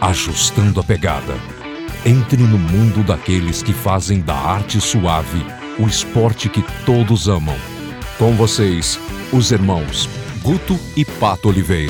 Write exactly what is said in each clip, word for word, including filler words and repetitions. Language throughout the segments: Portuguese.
Ajustando a Pegada. Entre no mundo daqueles que fazem da arte suave o esporte que todos amam. Com vocês, os irmãos Guto e Pato Oliveira.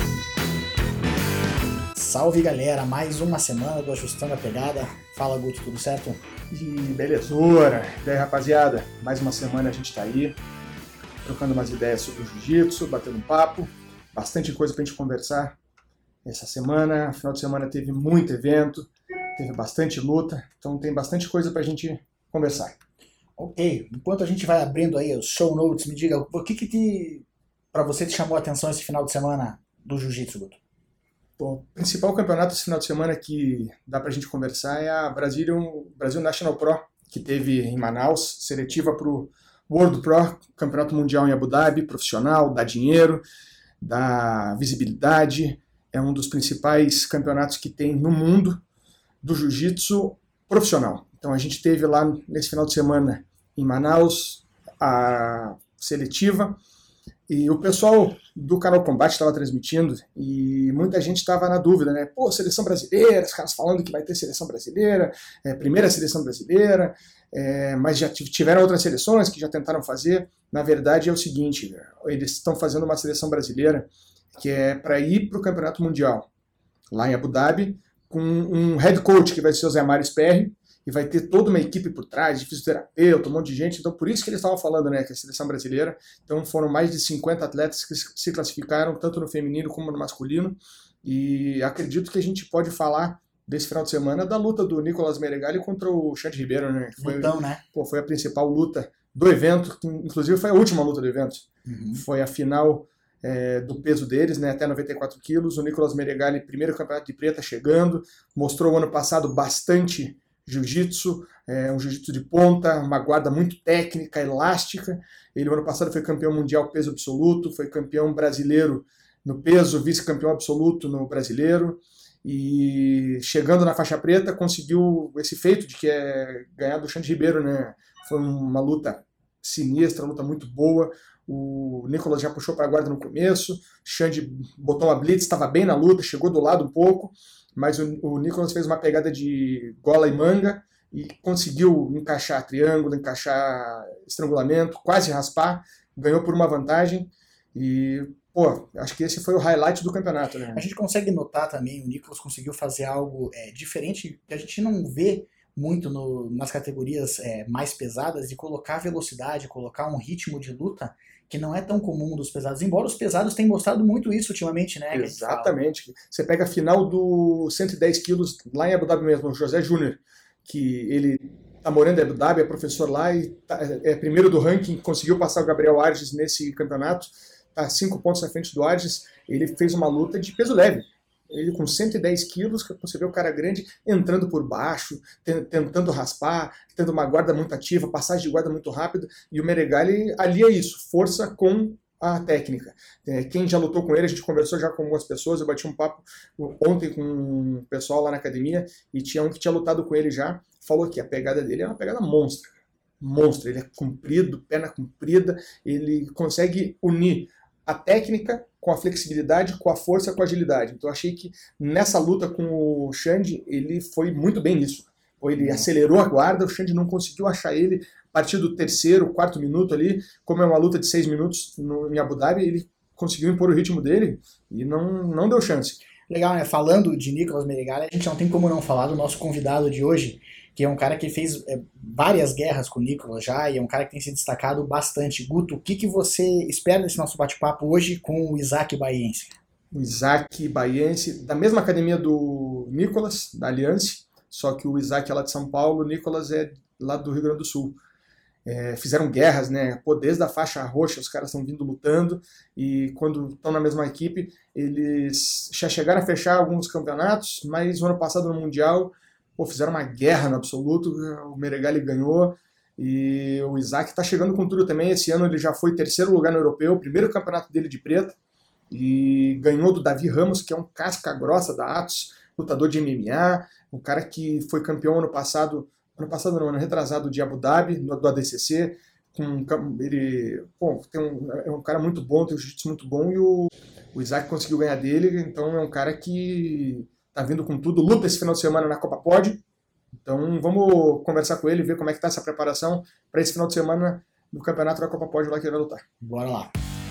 Salve galera, mais uma semana do Ajustando a Pegada. Fala Guto, tudo certo? E belezura! E aí rapaziada, mais uma semana a gente tá aí, trocando umas ideias sobre o jiu-jitsu, batendo um papo, bastante coisa pra gente conversar essa semana. Final de semana teve muito evento, teve bastante luta, então tem bastante coisa pra gente conversar. Ok, enquanto a gente vai abrindo aí os show notes, me diga, o que que te, pra você te chamou a atenção esse final de semana do jiu-jitsu, Guto? Bom, o principal campeonato esse final de semana que dá pra gente conversar é a Brazilian, Brasil National Pro, que teve em Manaus, seletiva pro World Pro, campeonato mundial em Abu Dhabi, profissional, dá dinheiro, dá visibilidade, é um dos principais campeonatos que tem no mundo do jiu-jitsu profissional. Então a gente teve lá nesse final de semana em Manaus a seletiva e o pessoal do canal Combate estava transmitindo e muita gente estava na dúvida, né? Pô, seleção brasileira, os caras falando que vai ter seleção brasileira, é, primeira seleção brasileira, é, mas já tiveram outras seleções que já tentaram fazer. Na verdade é o seguinte, eles estão fazendo uma seleção brasileira que é para ir para o Campeonato Mundial, lá em Abu Dhabi, com um head coach que vai ser o Zé Mário Sperry, e vai ter toda uma equipe por trás, de fisioterapeuta, um monte de gente. Então, por isso que eles estavam falando, né, que a seleção brasileira. Então, foram mais de cinquenta atletas que se classificaram, tanto no feminino como no masculino. E acredito que a gente pode falar desse final de semana da luta do Nicolas Meregali contra o Xande Ribeiro, né? Foi, então, né? Pô, foi a principal luta do evento, que inclusive foi a última luta do evento. Uhum. Foi a final é, do peso deles, né, até noventa e quatro quilos. O Nicolas Meregali, primeiro campeonato de preta, chegando. Mostrou o ano passado bastante jiu-jitsu, é, um jiu-jitsu de ponta, uma guarda muito técnica, elástica. Ele, no ano passado, foi campeão mundial peso absoluto, foi campeão brasileiro no peso, vice-campeão absoluto no brasileiro, e chegando na faixa preta, conseguiu esse feito de que é ganhar do Xande Ribeiro, né? Foi uma luta sinistra, uma luta muito boa. O Nicolas já puxou para a guarda no começo, Xande botou uma blitz, estava bem na luta, chegou do lado um pouco, mas o, o Nicolas fez uma pegada de gola e manga e conseguiu encaixar triângulo, encaixar estrangulamento, quase raspar, ganhou por uma vantagem e, pô, acho que esse foi o highlight do campeonato, né? A gente consegue notar também, o Nicolas conseguiu fazer algo é, diferente, que a gente não vê muito no, nas categorias é, mais pesadas, de colocar velocidade, colocar um ritmo de luta que não é tão comum dos pesados, embora os pesados tenham mostrado muito isso ultimamente, né? Exatamente. Você pega a final do cento e dez quilos lá em Abu Dhabi mesmo, o José Júnior, que ele tá morando em Abu Dhabi, é professor lá e tá, é primeiro do ranking, conseguiu passar o Gabriel Arges nesse campeonato, tá cinco pontos na frente do Arges. Ele fez uma luta de peso leve. Ele com cento e dez quilos, você vê o cara grande entrando por baixo, tentando raspar, tendo uma guarda muito ativa, passagem de guarda muito rápida, e o Meregali alia isso, força com a técnica. Quem já lutou com ele, a gente conversou já com algumas pessoas, eu bati um papo ontem com um pessoal lá na academia, e tinha um que tinha lutado com ele já, falou que a pegada dele é uma pegada monstra, monstro, ele é comprido, perna comprida, ele consegue unir a técnica com a flexibilidade, com a força, com a agilidade. Então eu achei que nessa luta com o Xande, ele foi muito bem nisso. Ele acelerou a guarda, o Xande não conseguiu achar ele a partir do terceiro, quarto minuto ali, como é uma luta de seis minutos no, em Abu Dhabi, ele conseguiu impor o ritmo dele e não, não deu chance. Legal, né? Falando de Nicolas Meregali, a gente não tem como não falar do nosso convidado de hoje, que é um cara que fez é, várias guerras com o Nicolas já, e é um cara que tem se destacado bastante. Guto, o que, que você espera desse nosso bate-papo hoje com o Isaac Baiense? O Isaac Baiense, da mesma academia do Nicolas, da Aliança, só que o Isaac é lá de São Paulo, o Nicolas é lá do Rio Grande do Sul. É, fizeram guerras, né? Pô, desde a faixa roxa os caras estão vindo lutando, e quando estão na mesma equipe, eles já chegaram a fechar alguns campeonatos, mas no ano passado no Mundial, pô, fizeram uma guerra no absoluto, o Meregali ganhou, e o Isaac está chegando com tudo também. Esse ano ele já foi terceiro lugar no europeu, primeiro campeonato dele de preta, e ganhou do Davi Ramos, que é um casca grossa da Atos, lutador de M M A, um cara que foi campeão ano passado, ano passado não, ano retrasado de Abu Dhabi, do A D C C, com, ele bom, tem um, é um cara muito bom, tem um jiu-jitsu muito bom, e o, o Isaac conseguiu ganhar dele, então é um cara que tá vindo com tudo, luta esse final de semana na Copa Pod. Então vamos conversar com ele, ver como é que tá essa preparação para esse final de semana no campeonato da Copa Pod lá que ele vai lutar. Bora lá.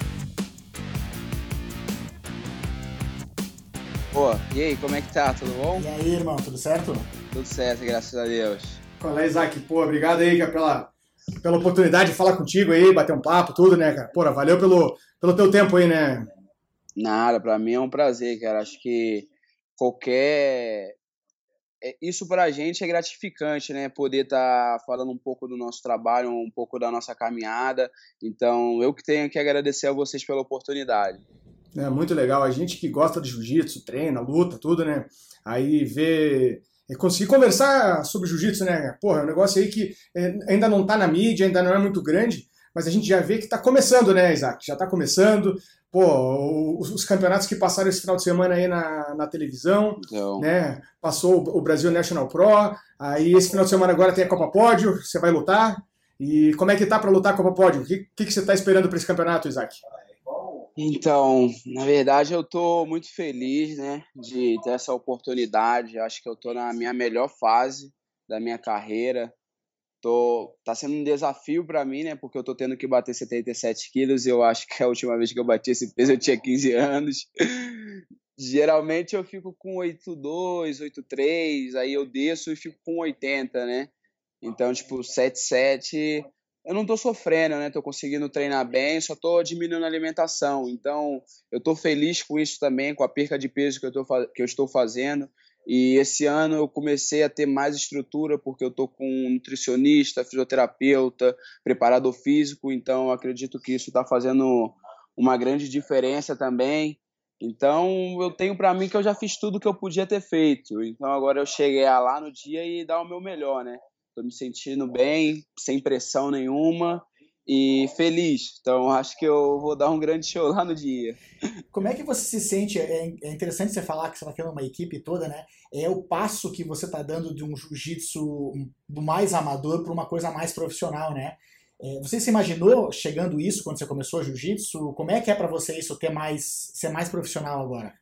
Pô, e aí, como é que tá? Tudo bom? E aí, irmão, tudo certo? Tudo certo, graças a Deus. Qual é, Isaac? Pô, obrigado aí, cara, pela, pela oportunidade de falar contigo aí, bater um papo, tudo, né, cara? Pô, valeu pelo, pelo teu tempo aí, né? Nada, pra mim é um prazer, cara. Acho que qualquer... Isso pra gente é gratificante, né? Poder estar tá falando um pouco do nosso trabalho, um pouco da nossa caminhada. Então, eu que tenho que agradecer a vocês pela oportunidade. É muito legal. A gente que gosta de jiu-jitsu, treina, luta, tudo, né? Aí vê... Conseguir conversar sobre jiu-jitsu, né? Porra, é um negócio aí que ainda não tá na mídia, ainda não é muito grande, mas a gente já vê que tá começando, né, Isaac? Já tá começando. Pô, os, os campeonatos que passaram esse final de semana aí na, na televisão, então... né? Passou o Brasil National Pro, aí esse final de semana agora tem a Copa Pódio, você vai lutar. E como é que tá pra lutar a Copa Pódio? O que, que, que você tá esperando pra esse campeonato, Isaac? Então, na verdade eu tô muito feliz, né, de ter essa oportunidade. Acho que eu tô na minha melhor fase da minha carreira. Tô, tá sendo um desafio para mim, né, porque eu tô tendo que bater setenta e sete quilos e eu acho que a última vez que eu bati esse peso eu tinha quinze anos. Geralmente eu fico com oito dois, oito três, aí eu desço e fico com oitenta, né? Então, tipo, sete sete... Eu não tô sofrendo, né? Tô conseguindo treinar bem, só tô diminuindo a alimentação. Então, eu tô feliz com isso também, com a perca de peso que eu, tô, que eu estou fazendo. E esse ano eu comecei a ter mais estrutura, porque eu tô com um nutricionista, fisioterapeuta, preparador físico. Então, eu acredito que isso tá fazendo uma grande diferença também. Então, eu tenho para mim que eu já fiz tudo que eu podia ter feito. Então, agora eu cheguei lá no dia e dar o meu melhor, né? Estou me sentindo bem, sem pressão nenhuma e feliz. Então, acho que eu vou dar um grande show lá no dia. Como é que você se sente? É interessante você falar que você está tendo uma equipe toda, né? É o passo que você está dando de um jiu-jitsu do mais amador para uma coisa mais profissional, né? Você se imaginou chegando isso quando você começou a jiu-jitsu? Como é que é para você isso ter mais, ser mais profissional agora?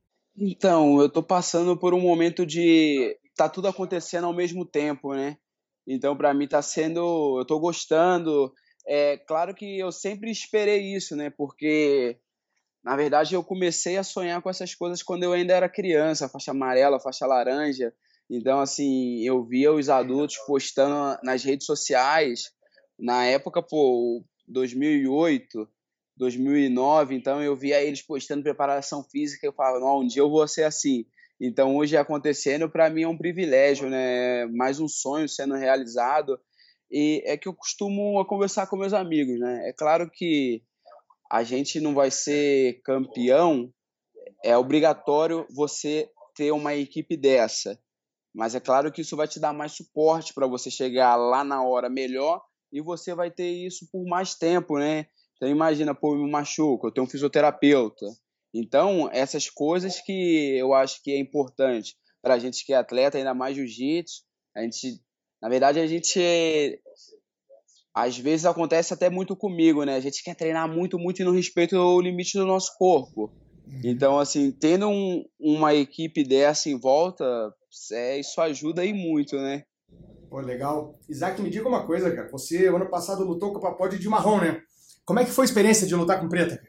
Então, eu estou passando por um momento de... Tá tudo acontecendo ao mesmo tempo, né? Então, para mim, está sendo... Eu estou gostando. É claro que eu sempre esperei isso, né? Porque, na verdade, eu comecei a sonhar com essas coisas quando eu ainda era criança. Faixa amarela, faixa laranja. Então, assim, eu via os adultos postando nas redes sociais. Na época, pô, dois mil e oito, dois mil e nove. Então, eu via eles postando preparação física. Eu falava, não, um dia eu vou ser assim. Então, hoje acontecendo, para mim é um privilégio, né? Mais um sonho sendo realizado. E é que eu costumo conversar com meus amigos, né? É claro que a gente não vai ser campeão, é obrigatório você ter uma equipe dessa. Mas é claro que isso vai te dar mais suporte para você chegar lá na hora melhor e você vai ter isso por mais tempo, né? Então, imagina, pô, eu me machuco, eu tenho um fisioterapeuta. Então, essas coisas que eu acho que é importante para a gente que é atleta, ainda mais jiu-jitsu, a gente, na verdade, a gente, às vezes acontece até muito comigo, né? A gente quer treinar muito, muito e não respeita o limite do nosso corpo. Então, assim, tendo um, uma equipe dessa em volta, é, isso ajuda aí muito, né? Pô, legal. Isaac, me diga uma coisa, cara. Você, ano passado, lutou com o Papode de marrom, né? Como é que foi a experiência de lutar com preta?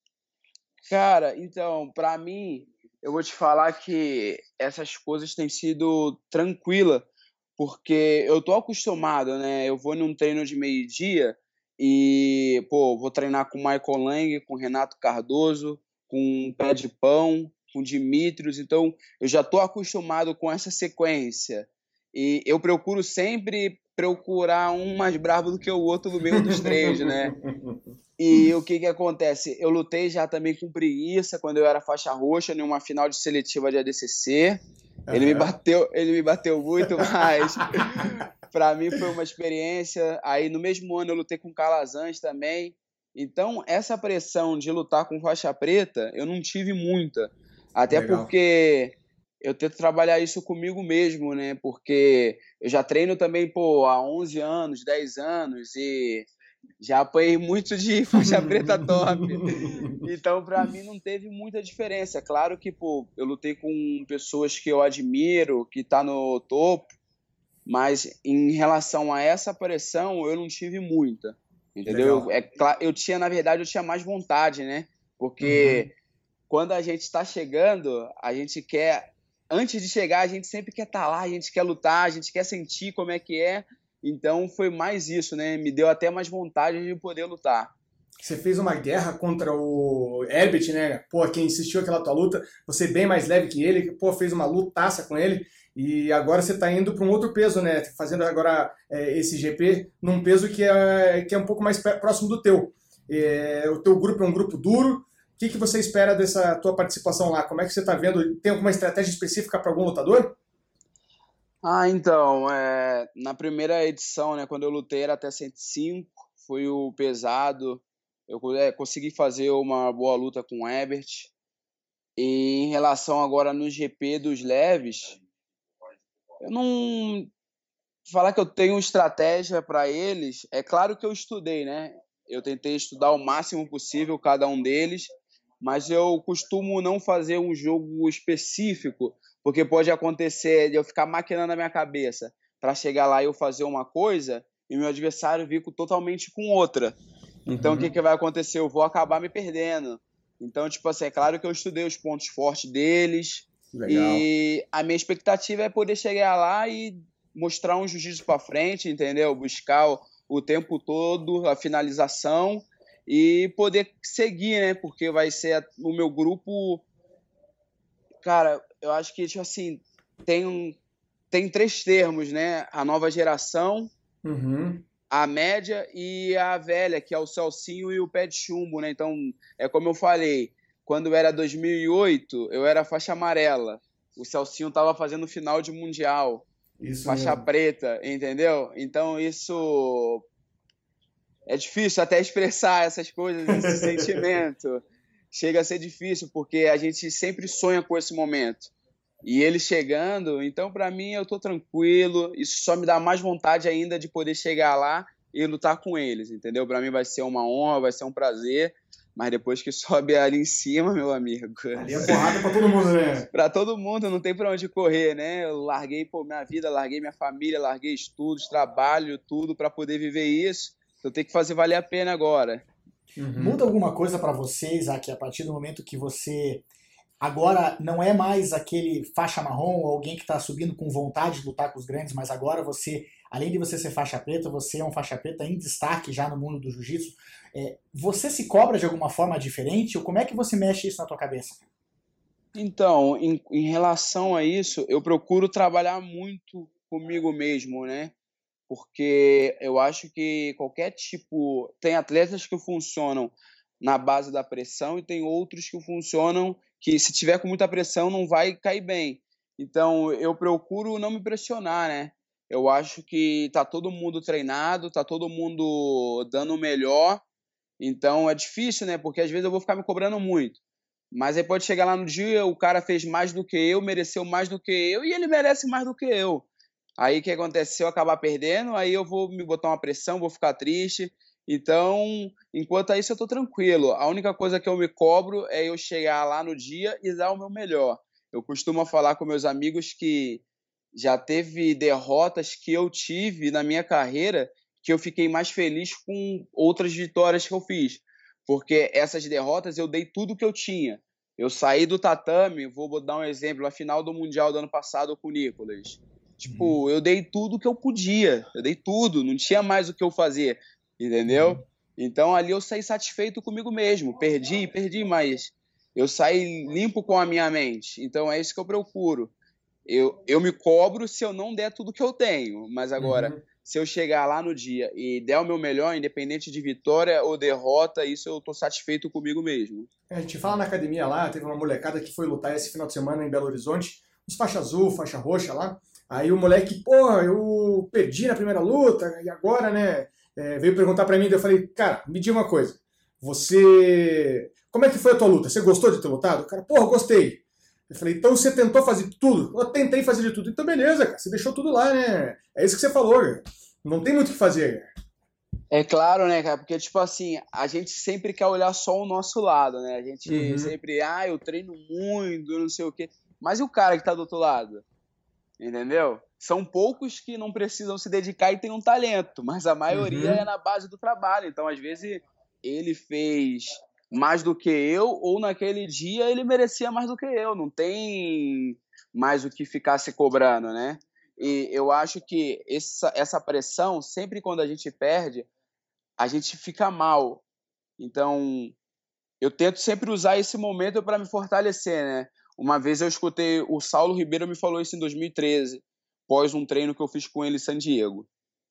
Cara, então, pra mim, eu vou te falar que essas coisas têm sido tranquilas, porque eu tô acostumado, né? Eu vou num treino de meio-dia e, pô, vou treinar com o Michael Lang, com o Renato Cardoso, com o Pé de Pão, com o Dimitrios, então eu já tô acostumado com essa sequência. E eu procuro sempre procurar um mais bravo do que o outro no meio dos três, né? E o que que acontece? Eu lutei já também com preguiça quando eu era faixa roxa em uma final de seletiva de A D C C. Uhum. Ele me bateu, ele me bateu muito, mas para mim foi uma experiência. Aí no mesmo ano eu lutei com Calazans também. Então essa pressão de lutar com faixa preta eu não tive muita, até Legal. Porque eu tento trabalhar isso comigo mesmo, né? Porque eu já treino também, pô, há onze anos, dez anos e Já apanhei muito de faixa preta top. Então, pra mim, não teve muita diferença. Claro que, pô, eu lutei com pessoas que eu admiro, que tá no topo, mas em relação a essa pressão, eu não tive muita. Entendeu? Eu, é, eu tinha, na verdade, eu tinha mais vontade, né? Porque uhum. quando a gente tá chegando, a gente quer... Antes de chegar, a gente sempre quer estar lá, a gente quer lutar, a gente quer sentir como é que é. Então foi mais isso, né? Me deu até mais vontade de poder lutar. Você fez uma guerra contra o Herbert, né? Pô, quem insistiu aquela tua luta, você bem mais leve que ele, pô, fez uma lutaça com ele. E agora você tá indo para um outro peso, né? Fazendo agora é, esse G P num peso que é, que é um pouco mais próximo do teu. É, o teu grupo é um grupo duro. O que, que você espera dessa tua participação lá? Como é que você está vendo? Tem alguma estratégia específica para algum lutador? Ah, então, é, na primeira edição, né, quando eu lutei era até cento e cinco, foi o pesado. Eu é, consegui fazer uma boa luta com o Herbert. E em relação agora no G P dos leves, eu não... Falar que eu tenho estratégia para eles, é claro que eu estudei, né? Eu tentei estudar o máximo possível cada um deles, mas eu costumo não fazer um jogo específico, porque pode acontecer de eu ficar maquinando na minha cabeça para chegar lá e eu fazer uma coisa e meu adversário vir totalmente com outra. Então, uhum. o que, que vai acontecer? Eu vou acabar me perdendo. Então, tipo assim, é claro que eu estudei os pontos fortes deles. Legal. E a minha expectativa é poder chegar lá e mostrar um jiu-jitsu para frente, entendeu? Buscar o, o tempo todo a finalização e poder seguir, né? Porque vai ser o meu grupo... Cara, eu acho que, tipo assim, tem, um, tem três termos, né? A nova geração, uhum. a média e a velha, que é o Celcinho e o Pé de Chumbo, né? Então, é como eu falei, quando era dois mil e oito, eu era faixa amarela. O Celcinho tava fazendo final de Mundial. Isso faixa mesmo. preta, entendeu? Então, isso... É difícil até expressar essas coisas, esse sentimento. Chega a ser difícil, porque a gente sempre sonha com esse momento. E ele chegando, então, para mim, eu tô tranquilo. Isso só me dá mais vontade ainda de poder chegar lá e lutar com eles, entendeu? Para mim vai ser uma honra, vai ser um prazer. Mas depois que sobe ali em cima, meu amigo... Ali é porrada pra todo mundo, né? Pra todo mundo, não tem pra onde correr, né? Eu larguei, pô, minha vida, larguei minha família, larguei estudos, trabalho, tudo pra poder viver isso. Então tem que fazer valer a pena agora. Uhum. Muda alguma coisa pra vocês, aqui, a partir do momento que você... Agora não é mais aquele faixa marrom ou alguém que tá subindo com vontade de lutar com os grandes, mas agora você... Além de você ser faixa preta, você é um faixa preta em destaque já no mundo do jiu-jitsu. É, você se cobra de alguma forma diferente? Ou como é que você mexe isso na tua cabeça? Então, em, em relação a isso, eu procuro trabalhar muito comigo mesmo, né? Porque eu acho que qualquer tipo... Tem atletas que funcionam na base da pressão e tem outros que funcionam que, se tiver com muita pressão, não vai cair bem. Então, eu procuro não me pressionar, né? Eu acho que tá todo mundo treinado, tá todo mundo dando o melhor. Então é difícil, né? Porque às vezes eu vou ficar me cobrando muito. Mas aí pode chegar lá no dia, o cara fez mais do que eu, mereceu mais do que eu e ele merece mais do que eu. Aí o que acontece? Se eu acabar perdendo, aí eu vou me botar uma pressão, vou ficar triste. Então, enquanto isso, eu tô tranquilo. A única coisa que eu me cobro é eu chegar lá no dia e dar o meu melhor. Eu costumo falar com meus amigos que já teve derrotas que eu tive na minha carreira que eu fiquei mais feliz com outras vitórias que eu fiz. Porque essas derrotas eu dei tudo que eu tinha. Eu saí do tatame, vou dar um exemplo, a final do Mundial do ano passado com o Nicolas. Tipo, uhum. eu dei tudo que eu podia. Eu dei tudo, não tinha mais o que eu fazer. Entendeu? Uhum. Então ali eu saí satisfeito comigo mesmo. Perdi, perdi, mas eu saí limpo com a minha mente. Então é isso que eu procuro. Eu, eu me cobro se eu não der tudo que eu tenho, mas agora, uhum. se eu chegar lá no dia e der o meu melhor, independente de vitória ou derrota, isso eu tô satisfeito comigo mesmo. A gente fala na academia lá, teve uma molecada que foi lutar esse final de semana em Belo Horizonte, uns faixa azul, faixa roxa lá, aí o moleque, porra, eu perdi na primeira luta, e agora, né, é, veio perguntar pra mim, daí eu falei, cara, me diga uma coisa, você... Como é que foi a tua luta? Você gostou de ter lutado? O cara, porra, gostei. Eu falei, então você tentou fazer tudo? Eu tentei fazer de tudo. Então beleza, cara, você deixou tudo lá, né? É isso que você falou, cara. Não tem muito o que fazer. É claro, né, cara? Porque, tipo assim, a gente sempre quer olhar só o nosso lado, né? A gente Uhum. sempre, ah, eu treino muito, não sei o quê. Mas e o cara que tá do outro lado? Entendeu? São poucos que não precisam se dedicar e têm um talento, mas a maioria é Uhum. na base do trabalho. Então, às vezes, ele fez mais do que eu, ou naquele dia ele merecia mais do que eu. Não tem mais o que ficar se cobrando, né? E eu acho que essa, essa pressão, sempre quando a gente perde, a gente fica mal. Então, eu tento sempre usar esse momento para me fortalecer, né? Uma vez eu escutei, o Saulo Ribeiro me falou isso em dois mil e treze, após um treino que eu fiz com ele em San Diego.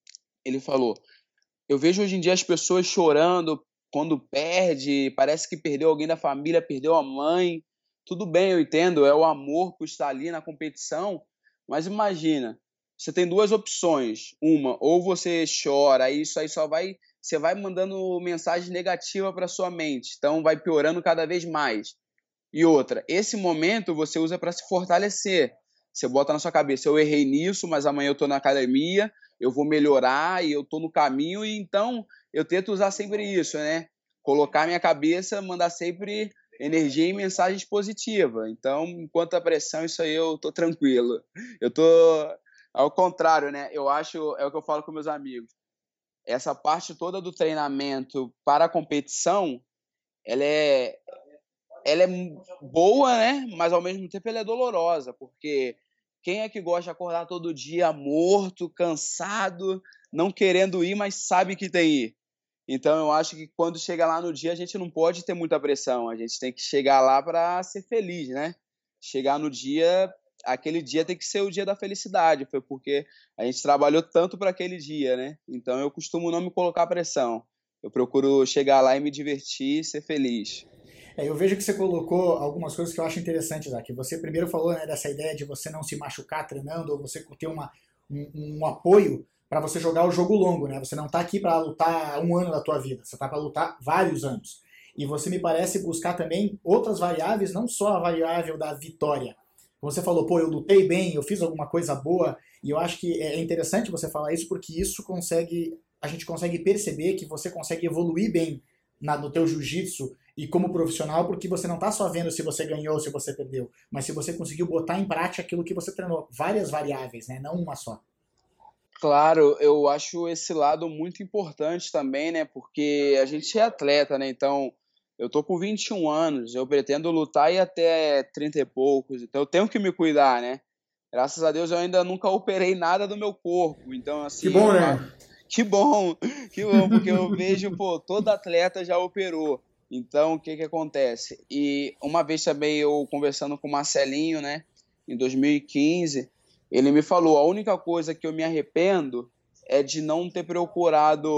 Ele falou, eu vejo hoje em dia as pessoas chorando quando perde, parece que perdeu alguém da família, perdeu a mãe. Tudo bem, eu entendo, é o amor por estar ali na competição, mas imagina, você tem duas opções. Uma, ou você chora, aí isso aí só vai... Você vai mandando mensagem negativa para sua mente, então vai piorando cada vez mais. E outra, esse momento você usa para se fortalecer. Você bota na sua cabeça, eu errei nisso, mas amanhã eu estou na academia, eu vou melhorar e eu estou no caminho, e então eu tento usar sempre isso, né? Colocar minha cabeça, mandar sempre energia e mensagens positivas. Então, enquanto a pressão, isso aí eu tô tranquilo. Eu tô ao contrário, né? Eu acho, é o que eu falo com meus amigos. Essa parte toda do treinamento para a competição, ela é, ela é boa, né? Mas ao mesmo tempo ela é dolorosa, porque quem é que gosta de acordar todo dia morto, cansado, não querendo ir, mas sabe que tem que ir? Então eu acho que quando chega lá no dia a gente não pode ter muita pressão, a gente tem que chegar lá para ser feliz, né? Chegar no dia, aquele dia tem que ser o dia da felicidade, foi porque a gente trabalhou tanto para aquele dia, né? Então eu costumo não me colocar pressão. Eu procuro chegar lá e me divertir e ser feliz. É, eu vejo que você colocou algumas coisas que eu acho interessantes aqui. Você primeiro falou, né, dessa ideia de você não se machucar treinando, ou você ter uma, um, um apoio para você jogar o jogo longo, né? Você não está aqui para lutar um ano da tua vida, você está para lutar vários anos. E você me parece buscar também outras variáveis, não só a variável da vitória. Você falou, pô, eu lutei bem, eu fiz alguma coisa boa, e eu acho que é interessante você falar isso porque isso consegue, a gente consegue perceber que você consegue evoluir bem na, no teu jiu-jitsu e como profissional, porque você não está só vendo se você ganhou ou se você perdeu, mas se você conseguiu botar em prática aquilo que você treinou. Várias variáveis, né? Não uma só. Claro, eu acho esse lado muito importante também, né? Porque a gente é atleta, né? Então, eu tô com vinte e um anos, eu pretendo lutar e até trinta e poucos, então eu tenho que me cuidar, né? Graças a Deus eu ainda nunca operei nada do meu corpo, então assim... Que bom, né? Que bom, que bom, porque eu vejo, pô, todo atleta já operou. Então, o que que acontece? E uma vez também eu conversando com o Marcelinho, né, em dois mil e quinze, ele me falou, a única coisa que eu me arrependo é de não ter procurado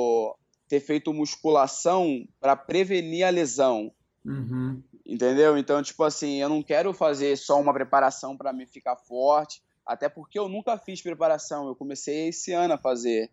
ter feito musculação para prevenir a lesão. Uhum. Entendeu? Então, tipo assim, eu não quero fazer só uma preparação para me ficar forte, até porque eu nunca fiz preparação, eu comecei esse ano a fazer.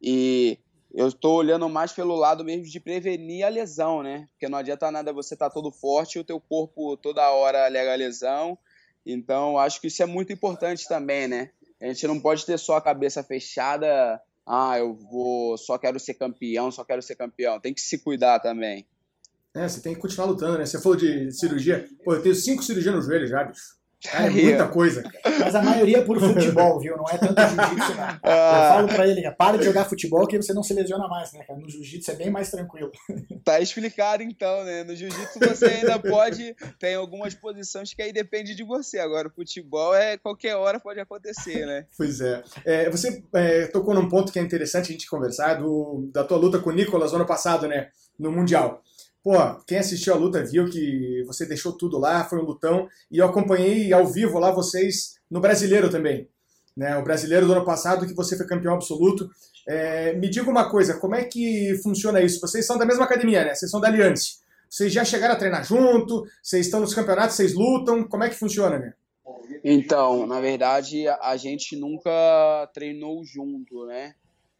E eu estou olhando mais pelo lado mesmo de prevenir a lesão, né? Porque não adianta nada você estar tá todo forte e o teu corpo toda hora alega a lesão. Então, acho que isso é muito importante também, né? A gente não pode ter só a cabeça fechada, ah, eu vou, só quero ser campeão, só quero ser campeão. Tem que se cuidar também. É, você tem que continuar lutando, né? Você falou de cirurgia. Pô, eu tenho cinco cirurgias no joelho já, bicho. Cara, é muita coisa. Mas a maioria é por futebol, viu? Não é tanto jiu-jitsu, não. Eu falo pra ele, cara, para de jogar futebol que você não se lesiona mais, né, cara? No jiu-jitsu é bem mais tranquilo. Tá explicado, então, né? No jiu-jitsu você ainda pode... Tem algumas posições que aí depende de você. Agora, o futebol é qualquer hora pode acontecer, né? Pois é. é você é, tocou num ponto que é interessante a gente conversar, do, da tua luta com o Nicolas no ano passado, né? No Mundial. Pô, quem assistiu a luta viu que você deixou tudo lá, foi um lutão, e eu acompanhei ao vivo lá vocês no Brasileiro também, né? O Brasileiro do ano passado, que você foi campeão absoluto. É, me diga uma coisa, como é que funciona isso? Vocês são da mesma academia, né? Vocês são da Aliança. Vocês já chegaram a treinar junto? Vocês estão nos campeonatos, vocês lutam? Como é que funciona, né? Então, na verdade, a gente nunca treinou junto, né?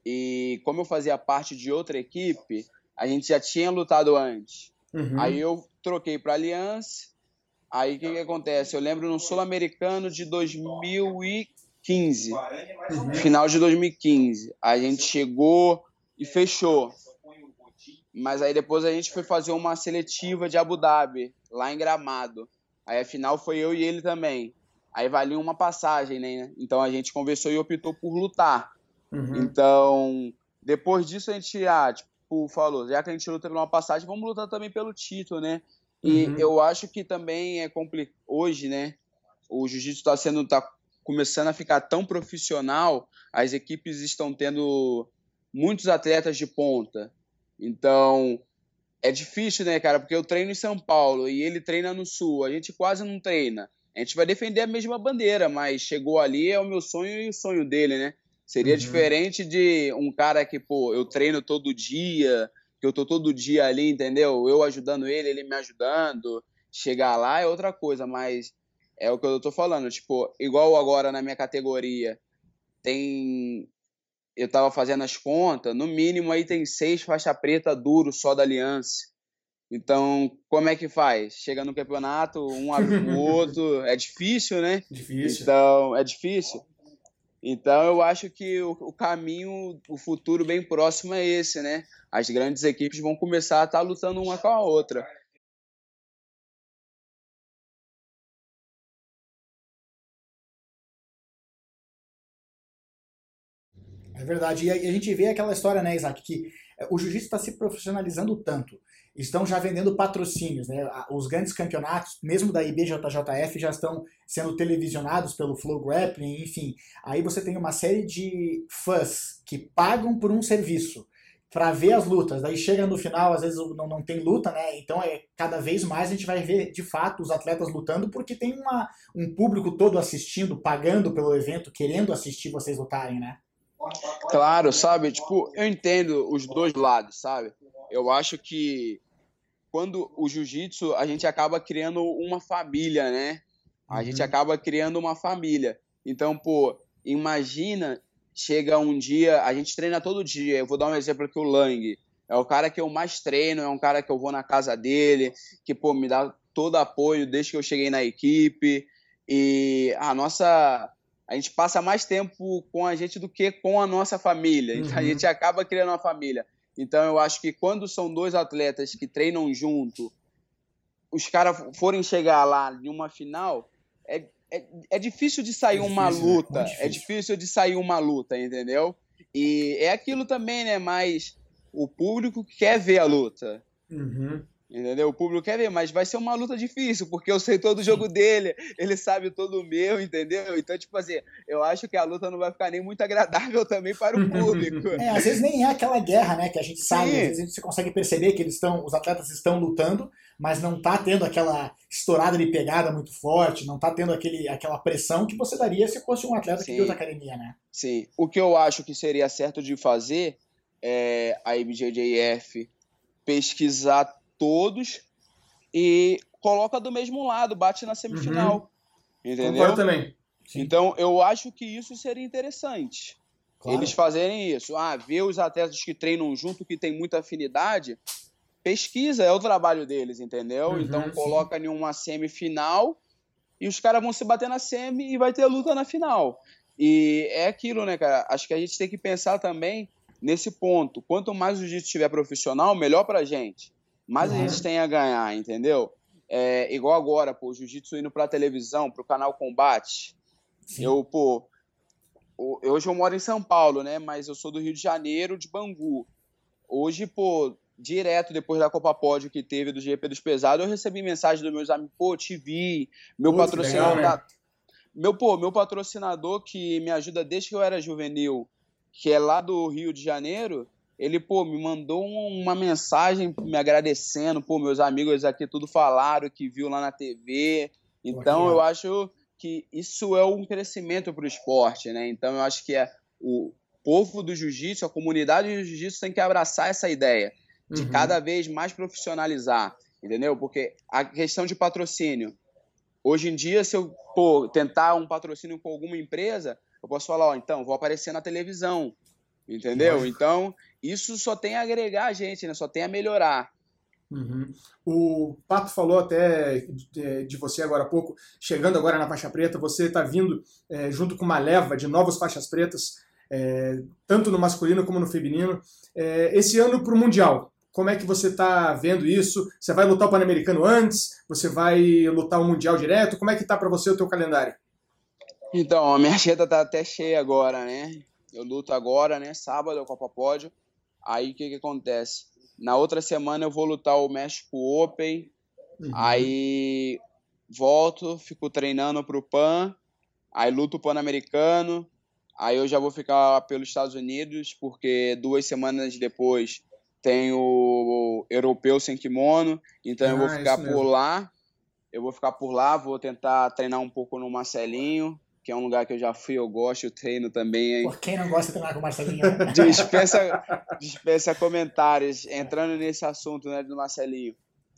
E como eu fazia parte de outra equipe, a gente já tinha lutado antes. Uhum. Aí eu troquei para a Aliança. Aí o que, que acontece? Eu lembro no Sul-Americano de dois mil e quinze. Uhum. Final de dois mil e quinze. A gente chegou e fechou. Mas aí depois a gente foi fazer uma seletiva de Abu Dhabi, lá em Gramado. Aí a final foi eu e ele também. Aí valia uma passagem, né? Então a gente conversou e optou por lutar. Uhum. Então, depois disso a gente, ah, tipo, falou, já que a gente luta por uma passagem, vamos lutar também pelo título, né? E uhum. eu acho que também é complicado. Hoje, né? O jiu-jitsu está sendo, tá começando a ficar tão profissional, as equipes estão tendo muitos atletas de ponta. Então, é difícil, né, cara? Porque eu treino em São Paulo e ele treina no Sul. A gente quase não treina. A gente vai defender a mesma bandeira, mas chegou ali, é o meu sonho e o sonho dele, né? Seria uhum. diferente de um cara que, pô, eu treino todo dia, que eu tô todo dia ali, entendeu? Eu ajudando ele, ele me ajudando. Chegar lá é outra coisa, mas é o que eu tô falando. Tipo, igual agora na minha categoria, tem... Eu tava fazendo as contas, no mínimo aí tem seis faixa preta duro só da Aliança. Então, como é que faz? Chega no campeonato, um ajuda o outro, é difícil, né? Difícil. Então, é difícil. Então, eu acho que o, o caminho, o futuro bem próximo é esse, né? As grandes equipes vão começar a estar lutando uma com a outra. É verdade. E a gente vê aquela história, né, Isaac, que o jiu-jitsu está se profissionalizando tanto. Estão já vendendo patrocínios, né? Os grandes campeonatos, mesmo da I B J J F, já estão sendo televisionados pelo Flow Grappling, enfim. Aí você tem uma série de fãs que pagam por um serviço para ver as lutas. Daí chega no final, às vezes não, não tem luta, né? Então é cada vez mais a gente vai ver de fato os atletas lutando, porque tem uma, um público todo assistindo, pagando pelo evento, querendo assistir vocês lutarem, né? Claro, sabe? Tipo, eu entendo os dois lados, sabe? Eu acho que quando o jiu-jitsu, a gente acaba criando uma família, né? A uhum. gente acaba criando uma família. Então, pô, imagina, chega um dia, a gente treina todo dia. Eu vou dar um exemplo aqui, o Lang. É o cara que eu mais treino, é um cara que eu vou na casa dele, que, pô, me dá todo apoio desde que eu cheguei na equipe. E a nossa... A gente passa mais tempo com a gente do que com a nossa família. Então, uhum. a gente acaba criando uma família. Então, eu acho que quando são dois atletas que treinam junto, os caras forem chegar lá em uma final, é, é, é difícil de sair é difícil, uma luta. Né? É difícil de sair uma luta, entendeu? E é aquilo também, né? Mas o público quer ver a luta. Uhum. Entendeu? O público quer ver, mas vai ser uma luta difícil, porque eu sei todo o jogo dele, ele sabe todo o meu, entendeu? Então, tipo assim, eu acho que a luta não vai ficar nem muito agradável também para o público. É, às vezes nem é aquela guerra, né, que a gente sabe, Sim. às vezes você consegue perceber que eles estão, os atletas estão lutando, mas não tá tendo aquela estourada de pegada muito forte, não tá tendo aquele, aquela pressão que você daria se fosse um atleta Sim. que luta academia, né? Sim. O que eu acho que seria certo de fazer é a I B J J F pesquisar todos e coloca do mesmo lado, bate na semifinal. Uhum. Entendeu? Concordo também. Sim. Então, eu acho que isso seria interessante. Claro. Eles fazerem isso. Ah, ver os atletas que treinam junto, que tem muita afinidade, pesquisa, é o trabalho deles, entendeu? Uhum, então, coloca sim. em uma semifinal e os caras vão se bater na semi e vai ter luta na final. E é aquilo, né, cara? Acho que a gente tem que pensar também nesse ponto. Quanto mais o jiu-jitsu estiver profissional, melhor pra gente. Mais uhum. a gente tem a ganhar, entendeu? É, igual agora, pô, o jiu-jitsu indo pra televisão, pro canal Combate. Sim. Eu, pô, hoje eu moro em São Paulo, né? Mas eu sou do Rio de Janeiro, de Bangu. Hoje, pô, direto depois da Copa Pódio que teve do G P dos Pesados, eu recebi mensagem dos meus amigos, pô, te vi, meu Putz, patrocinador... Legal, né? meu, pô, meu patrocinador que me ajuda desde que eu era juvenil, que é lá do Rio de Janeiro... Ele, pô, me mandou uma mensagem me agradecendo, pô, meus amigos aqui tudo falaram que viu lá na T V. Então, okay. eu acho que isso é um crescimento para o esporte, né? Então, eu acho que é o povo do jiu-jitsu, a comunidade do jiu-jitsu tem que abraçar essa ideia de uhum. cada vez mais profissionalizar, entendeu? Porque a questão de patrocínio, hoje em dia, se eu pô, tentar um patrocínio com alguma empresa, eu posso falar, ó, então, vou aparecer na televisão, entendeu? Lógico. Então, isso só tem a agregar a gente, né? Só tem a melhorar. Uhum. O Pato falou até de, de você agora há pouco, chegando agora na faixa preta, você está vindo é, junto com uma leva de novas faixas pretas. é, tanto no masculino como no feminino. É, esse ano para o Mundial, como é que você está vendo isso? Você vai lutar o Pan-Americano antes? Você vai lutar o Mundial direto? Como é que está para você o teu calendário? Então, a minha agenda tá até cheia agora, né? Eu luto agora, né? Sábado é o Copa Pódio. Aí o que que acontece? Na outra semana eu vou lutar o México Open. Uhum. Aí volto, fico treinando pro Pan. Aí luto o Pan-Americano. Aí eu já vou ficar pelos Estados Unidos, porque duas semanas depois tem o Europeu sem kimono. Então ah, eu vou ficar por lá. Eu vou ficar por lá, vou tentar treinar um pouco no Marcelinho, que é um lugar que eu já fui, eu gosto, eu treino também. Por quem não gosta de treinar com o Marcelinho? dispensa, dispensa comentários, entrando nesse assunto, né, do Marcelinho.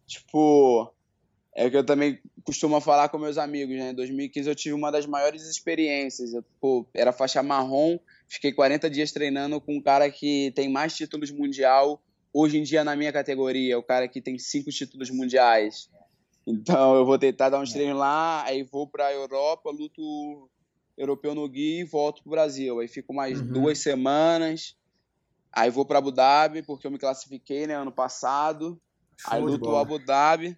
Tipo, é que eu também costumo falar com meus amigos, né? Em dois mil e quinze eu tive uma das maiores experiências. Eu, pô, era faixa marrom, fiquei quarenta dias treinando com um cara que tem mais títulos mundial hoje em dia na minha categoria, o cara que tem cinco títulos mundiais. Então eu vou tentar dar uns treinos lá, aí vou para a Europa, luto europeu no Gui e volto pro Brasil. Aí fico mais uhum. duas semanas, aí vou para Abu Dhabi, porque eu me classifiquei, né, ano passado. Show aí luto o Abu Dhabi,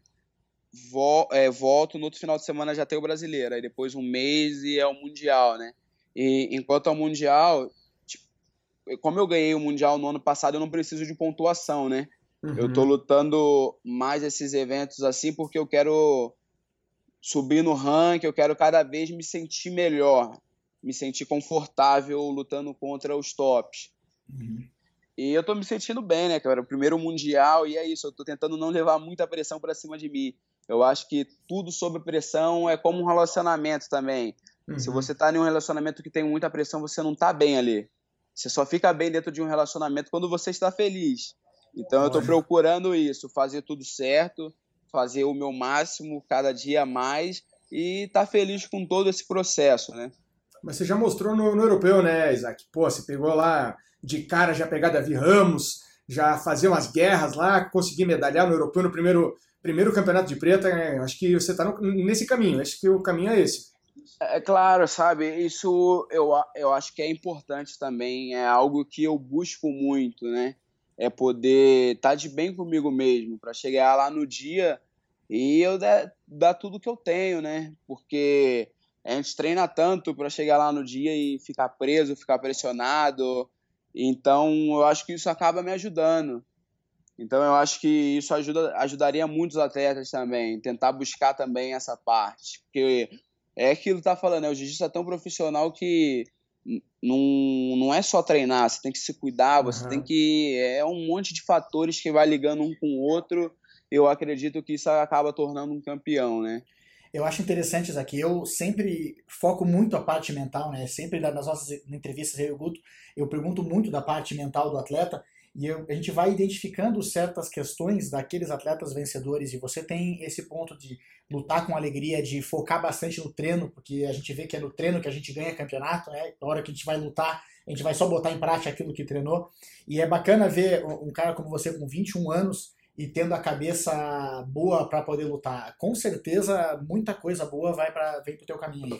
vol é, volto, no outro final de semana já tem o brasileiro, aí depois um mês e é o Mundial, né? E enquanto é o Mundial, tipo, como eu ganhei o Mundial no ano passado, eu não preciso de pontuação, né? Uhum. Eu tô lutando mais esses eventos assim porque eu quero subir no ranking, eu quero cada vez me sentir melhor, me sentir confortável lutando contra os tops. Uhum. E eu tô me sentindo bem, né, cara? O primeiro Mundial, e é isso, eu tô tentando não levar muita pressão pra cima de mim. Eu acho que tudo sob pressão é como um relacionamento também. Uhum. Se você tá em um relacionamento que tem muita pressão, você não tá bem ali. Você só fica bem dentro de um relacionamento quando você está feliz. Então eu estou procurando isso, fazer tudo certo, fazer o meu máximo cada dia mais e estar tá feliz com todo esse processo, né? Mas você já mostrou no, no europeu, né, Isaac? Pô, você pegou lá de cara já pegar Davi Ramos, já fazia umas guerras lá, conseguir medalhar no europeu no primeiro, primeiro campeonato de preta. Né? Acho que você está nesse caminho, acho que o caminho é esse. É claro, sabe, isso eu, eu acho que é importante também, é algo que eu busco muito, né? É poder estar tá de bem comigo mesmo, para chegar lá no dia e eu dar, dar tudo que eu tenho, né? Porque a gente treina tanto para chegar lá no dia e ficar preso, ficar pressionado. Então, eu acho que isso acaba me ajudando. Então, eu acho que isso ajuda, ajudaria muitos atletas também, tentar buscar também essa parte. Porque é aquilo que tá falando, né? O jiu-jitsu é tão profissional que não, não é só treinar, você tem que se cuidar, você uhum. tem que... É um monte de fatores que vai ligando um com o outro. Eu acredito que isso acaba tornando um campeão, né? Eu acho interessante isso aqui. Eu sempre foco muito a parte mental, né? Sempre nas nossas entrevistas, eu e o Guto, eu pergunto muito da parte mental do atleta e eu, a gente vai identificando certas questões daqueles atletas vencedores e você tem esse ponto de lutar com alegria, de focar bastante no treino, porque a gente vê que é no treino que a gente ganha campeonato, né? Na hora que a gente vai lutar, a gente vai só botar em prática aquilo que treinou. E é bacana ver um cara como você com vinte e um anos e tendo a cabeça boa para poder lutar. Com certeza, muita coisa boa vai pra, vem pro teu caminho aí.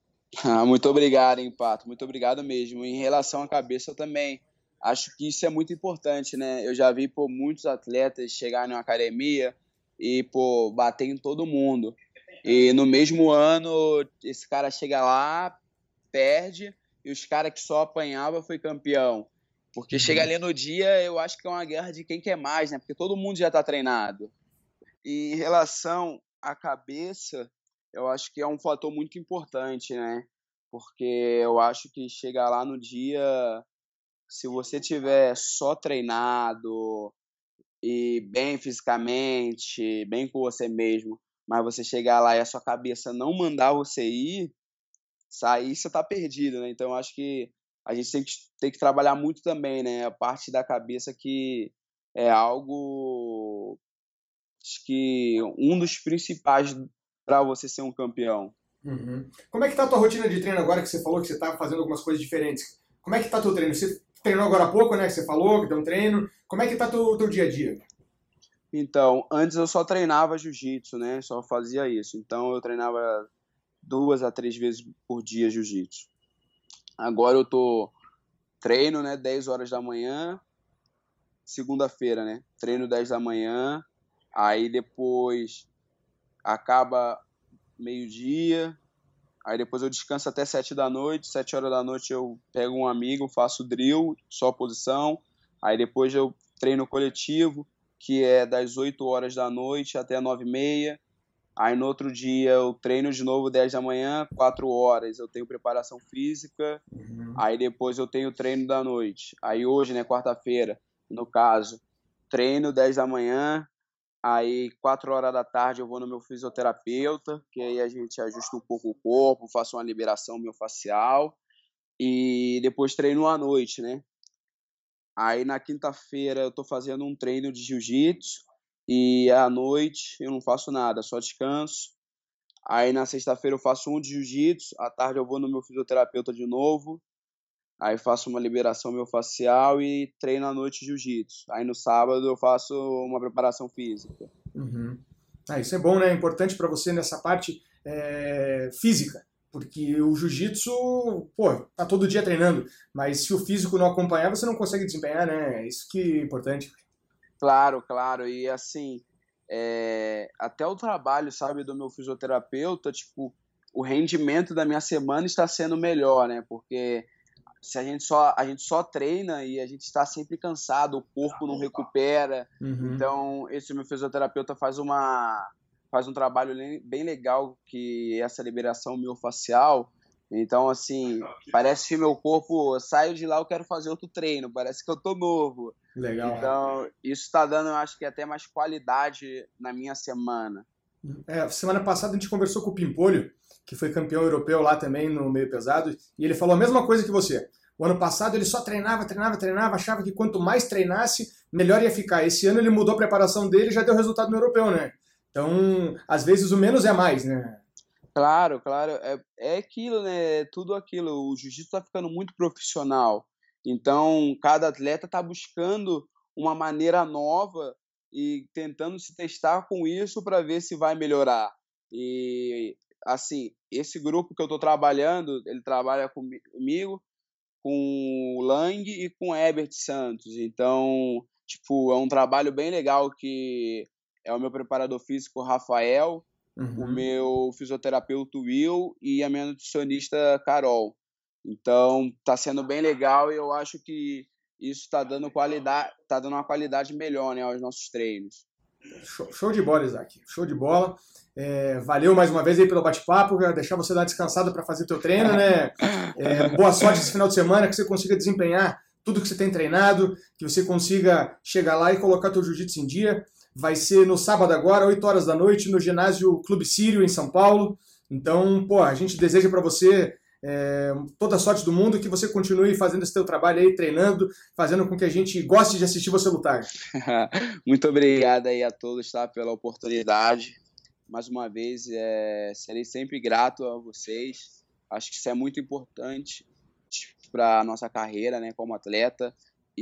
Ah, muito obrigado, hein, Pato. Muito obrigado mesmo. Em relação à cabeça, eu também acho que isso é muito importante, né? Eu já vi pô, muitos atletas chegarem na academia e pô, bater em todo mundo. E no mesmo ano, esse cara chega lá, perde, e os caras que só apanhava foi campeão. Porque uhum. chega ali no dia, eu acho que é uma guerra de quem quer mais, né? Porque todo mundo já está treinado. E em relação à cabeça, eu acho que é um fator muito importante, né? Porque eu acho que chegar lá no dia, se você tiver só treinado e bem fisicamente, bem com você mesmo, mas você chegar lá e a sua cabeça não mandar você ir, sair, você tá perdido, né? Então eu acho que a gente tem que, tem que trabalhar muito também, né? A parte da cabeça que é algo que um dos principais para você ser um campeão. Uhum. Como é que tá a tua rotina de treino agora que você falou que você tá fazendo algumas coisas diferentes? Como é que tá teu treino? Você treinou agora há pouco, né? Que você falou que deu um treino. Como é que tá teu, teu dia a dia? Então, antes eu só treinava jiu-jitsu, né? Só fazia isso. Então eu treinava duas a três vezes por dia jiu-jitsu. Agora eu tô treino, né, dez horas da manhã, segunda-feira, né, treino dez da manhã, aí depois acaba meio-dia, aí depois eu descanso até sete da noite, sete horas da noite eu pego um amigo, faço drill, só posição, aí depois eu treino coletivo, que é das oito horas da noite até nove e meia, aí no outro dia eu treino de novo dez da manhã, quatro horas eu tenho preparação física, uhum. Aí depois eu tenho treino da noite. Aí hoje, né, quarta-feira, no caso, treino dez da manhã, aí quatro horas da tarde eu vou no meu fisioterapeuta, que aí a gente ajusta um pouco o corpo, faço uma liberação miofascial, e depois treino à noite, né? Aí na quinta-feira eu tô fazendo um treino de jiu-jitsu, e à noite eu não faço nada, só descanso. Aí na sexta-feira eu faço um de jiu-jitsu, à tarde eu vou no meu fisioterapeuta de novo, aí faço uma liberação miofascial e treino à noite jiu-jitsu. Aí no sábado eu faço uma preparação física. Uhum. Ah, isso é bom, né? É importante para você nessa parte é, física, porque o jiu-jitsu, pô, tá todo dia treinando, mas se o físico não acompanhar, você não consegue desempenhar, né? Isso que é importante. Claro, claro, e assim, é, até o trabalho, sabe, do meu fisioterapeuta, tipo, o rendimento da minha semana está sendo melhor, né, porque se a gente só, a gente só treina e a gente está sempre cansado, o corpo não recupera, uhum. Então esse meu fisioterapeuta faz uma, faz um trabalho bem legal, que é essa liberação miofascial. Então, assim, parece que meu corpo, eu saio de lá, eu quero fazer outro treino, parece que eu tô novo. Legal. Então, isso está dando, eu acho que até mais qualidade na minha semana. É, semana passada a gente conversou com o Pimpolho, que foi campeão europeu lá também no meio pesado, e ele falou a mesma coisa que você. O ano passado ele só treinava, treinava, treinava, achava que quanto mais treinasse, melhor ia ficar. Esse ano ele mudou a preparação dele e já deu resultado no europeu, né? Então, às vezes o menos é mais, né? Claro, claro, é, é aquilo, né? É tudo aquilo. O jiu-jitsu tá ficando muito profissional. Então, cada atleta tá buscando uma maneira nova e tentando se testar com isso para ver se vai melhorar. E, assim, esse grupo que eu tô trabalhando, ele trabalha comigo, com o Lang e com o Herbert Santos. Então, tipo, é um trabalho bem legal, que é o meu preparador físico, Rafael, uhum. O meu fisioterapeuta Will e a minha nutricionista Carol. Então, tá sendo bem legal e eu acho que isso está dando qualidade, tá dando uma qualidade melhor, né, aos nossos treinos. Show, show de bola, Isaac. Show de bola. É, valeu mais uma vez aí pelo bate-papo, deixar você dar uma descansada para fazer teu treino, né? É, boa sorte esse final de semana, que você consiga desempenhar tudo que você tem treinado, que você consiga chegar lá e colocar teu jiu-jitsu em dia. Vai ser no sábado agora, oito horas da noite, no ginásio Clube Sírio, em São Paulo. Então, pô, a gente deseja para você é, toda a sorte do mundo, e que você continue fazendo esse teu trabalho aí, treinando, fazendo com que a gente goste de assistir você lutar. Muito obrigado aí a todos, tá, pela oportunidade. Mais uma vez, é, serei sempre grato a vocês. Acho que isso é muito importante para a nossa carreira, né, como atleta.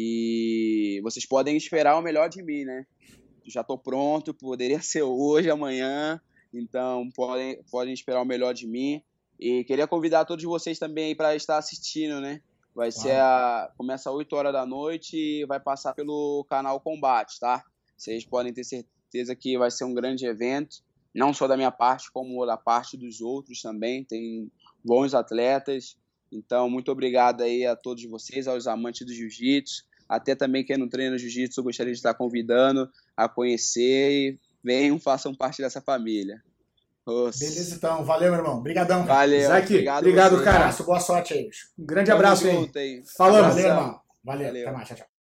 E vocês podem esperar o melhor de mim, né? Já estou pronto, poderia ser hoje, amanhã. Então, podem, podem esperar o melhor de mim. E queria convidar todos vocês também para estar assistindo, né? Vai ser a, começa às oito horas da noite e vai passar pelo canal Combate, tá? Vocês podem ter certeza que vai ser um grande evento, não só da minha parte, como da parte dos outros também. Tem bons atletas. Então, muito obrigado aí a todos vocês, aos amantes do jiu-jitsu. Até também quem não treina jiu-jitsu, eu gostaria de estar convidando a conhecer, e venham, façam parte dessa família. Nossa. Beleza, então. Valeu, meu irmão. Obrigadão. Valeu. Isaac, obrigado, obrigado cara. Abraço, boa sorte aí. Um grande abraço, hein. aí. Falamos. Valeu, irmão. Valeu. Valeu. Até mais. Tchau, tchau.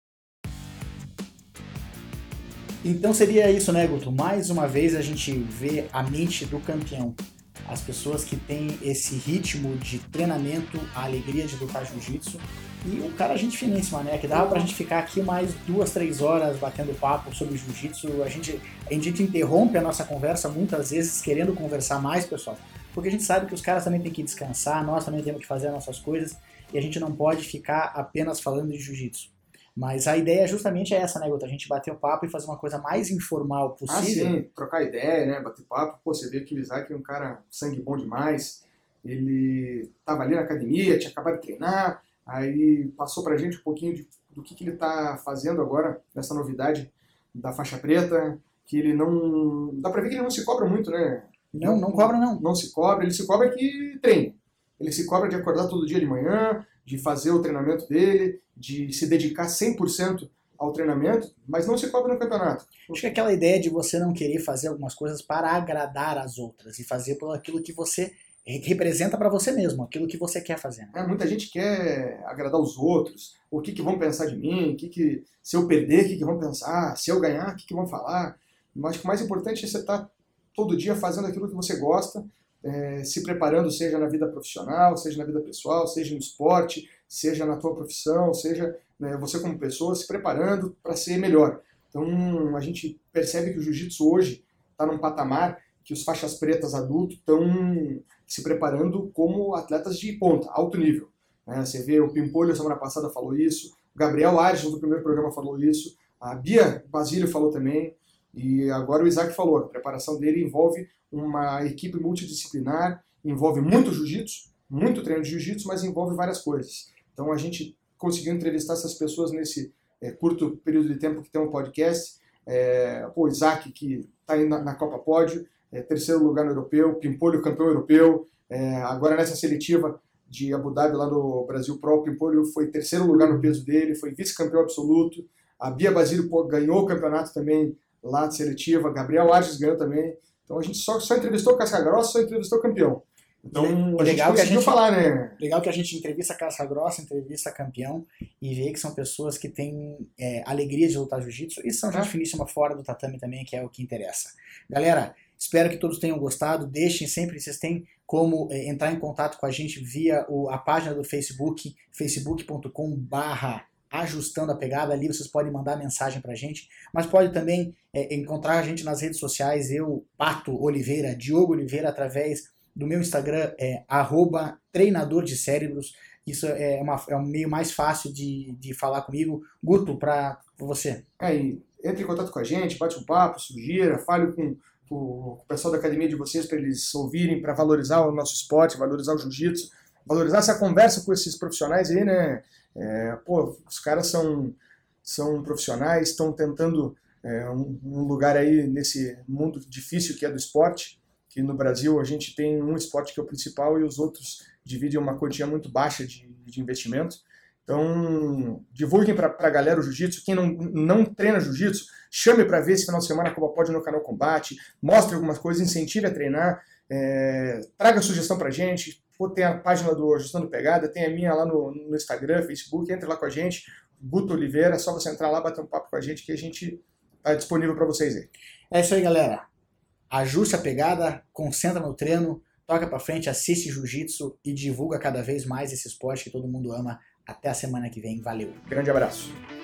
Então seria isso, né, Guto? Mais uma vez a gente vê a mente do campeão. As pessoas que têm esse ritmo de treinamento, a alegria de lutar jiu-jitsu. E um cara gente finíssima, né? Que dava pra gente ficar aqui mais duas, três horas batendo papo sobre jiu-jitsu. A gente, a gente interrompe a nossa conversa muitas vezes querendo conversar mais, pessoal. Porque a gente sabe que os caras também têm que descansar, nós também temos que fazer as nossas coisas. E a gente não pode ficar apenas falando de jiu-jitsu. Mas a ideia justamente é essa, né, Guto? A gente bater o papo e fazer uma coisa mais informal possível. Ah, sim, trocar ideia, né? Bater papo. Pô, você vê que o Isaac é um cara sangue bom demais. Ele tava ali na academia, tinha acabado de treinar, aí passou pra gente um pouquinho de, do que, que ele está fazendo agora, nessa novidade da faixa preta, que ele não... Dá pra ver que ele não se cobra muito, né? Não, não, não cobra não. Não se cobra, ele se cobra que treina. Ele se cobra de acordar todo dia de manhã, de fazer o treinamento dele, de se dedicar cem por cento ao treinamento, mas não se cobra no campeonato. Acho que aquela ideia de você não querer fazer algumas coisas para agradar as outras e fazer por aquilo que você representa para você mesmo, aquilo que você quer fazer. Né? É, muita gente quer agradar os outros, o que, que vão pensar de mim, o que que, se eu perder, o que, que vão pensar, se eu ganhar, o que, que vão falar. Mas acho que o mais importante é você estar todo dia fazendo aquilo que você gosta, é, se preparando, seja na vida profissional, seja na vida pessoal, seja no esporte, seja na tua profissão, seja né, você como pessoa se preparando para ser melhor. Então a gente percebe que o jiu-jitsu hoje está num patamar que os faixas pretas adultos estão se preparando como atletas de ponta, alto nível. Né? Você vê o Pimpolho semana passada falou isso, o Gabriel Ares no primeiro programa falou isso, a Bia Basílio falou também, e agora o Isaac falou, a preparação dele envolve uma equipe multidisciplinar, envolve muito jiu-jitsu, muito treino de jiu-jitsu, mas envolve várias coisas. Então a gente conseguiu entrevistar essas pessoas nesse é, curto período de tempo que tem um podcast. É, o Isaac, que está aí na, na Copa Pódio, é, terceiro lugar no europeu, Pimpolho campeão europeu, é, agora nessa seletiva de Abu Dhabi lá no Brasil Pro, o Pimpolho foi terceiro lugar no peso dele, foi vice-campeão absoluto, a Bia Basílio pô, ganhou o campeonato também lá de seletiva, Gabriel Ares ganhou também, então a gente só, só entrevistou o Casca Grossa, só entrevistou o campeão. Então, a legal gente que a gente falar, né? Legal que a gente entrevista Casca Grossa, entrevista campeão e vê que são pessoas que têm é, alegria de lutar jiu-jitsu e são gente finíssima fora do tatame também, que é o que interessa. Galera, espero que todos tenham gostado. Deixem sempre, vocês têm como é, entrar em contato com a gente via o, a página do Facebook, facebook ponto com barra ajustando a pegada. Ali vocês podem mandar mensagem pra gente, mas pode também é, encontrar a gente nas redes sociais, eu, Pato Oliveira, Diogo Oliveira, através do meu Instagram, é arroba treinador de cérebros. Isso é, uma, é um meio mais fácil de, de falar comigo. Guto, para você. Aí, entre em contato com a gente, bate um papo, sugira, fale com, com o pessoal da academia de vocês para eles ouvirem, para valorizar o nosso esporte, valorizar o jiu-jitsu, valorizar essa conversa com esses profissionais aí, né? É, pô, os caras são, são profissionais, estão tentando é, um, um lugar aí nesse mundo difícil que é do esporte, que no Brasil a gente tem um esporte que é o principal e os outros dividem uma quantia muito baixa de, de investimento. Então, divulguem para a galera o jiu-jitsu. Quem não, não treina jiu-jitsu, chame para ver esse final de semana como pode no canal Combate, mostre algumas coisas, incentive a treinar, é, traga sugestão para a gente. Pô, tem a página do Ajustando Pegada, tem a minha lá no, no Instagram, Facebook, entre lá com a gente, Guto Oliveira, é só você entrar lá, bater um papo com a gente que a gente está disponível para vocês aí. É isso aí, galera. Ajuste a pegada, concentra no treino, toca pra frente, assiste jiu-jitsu e divulga cada vez mais esse esporte que todo mundo ama. Até a semana que vem. Valeu. Grande abraço.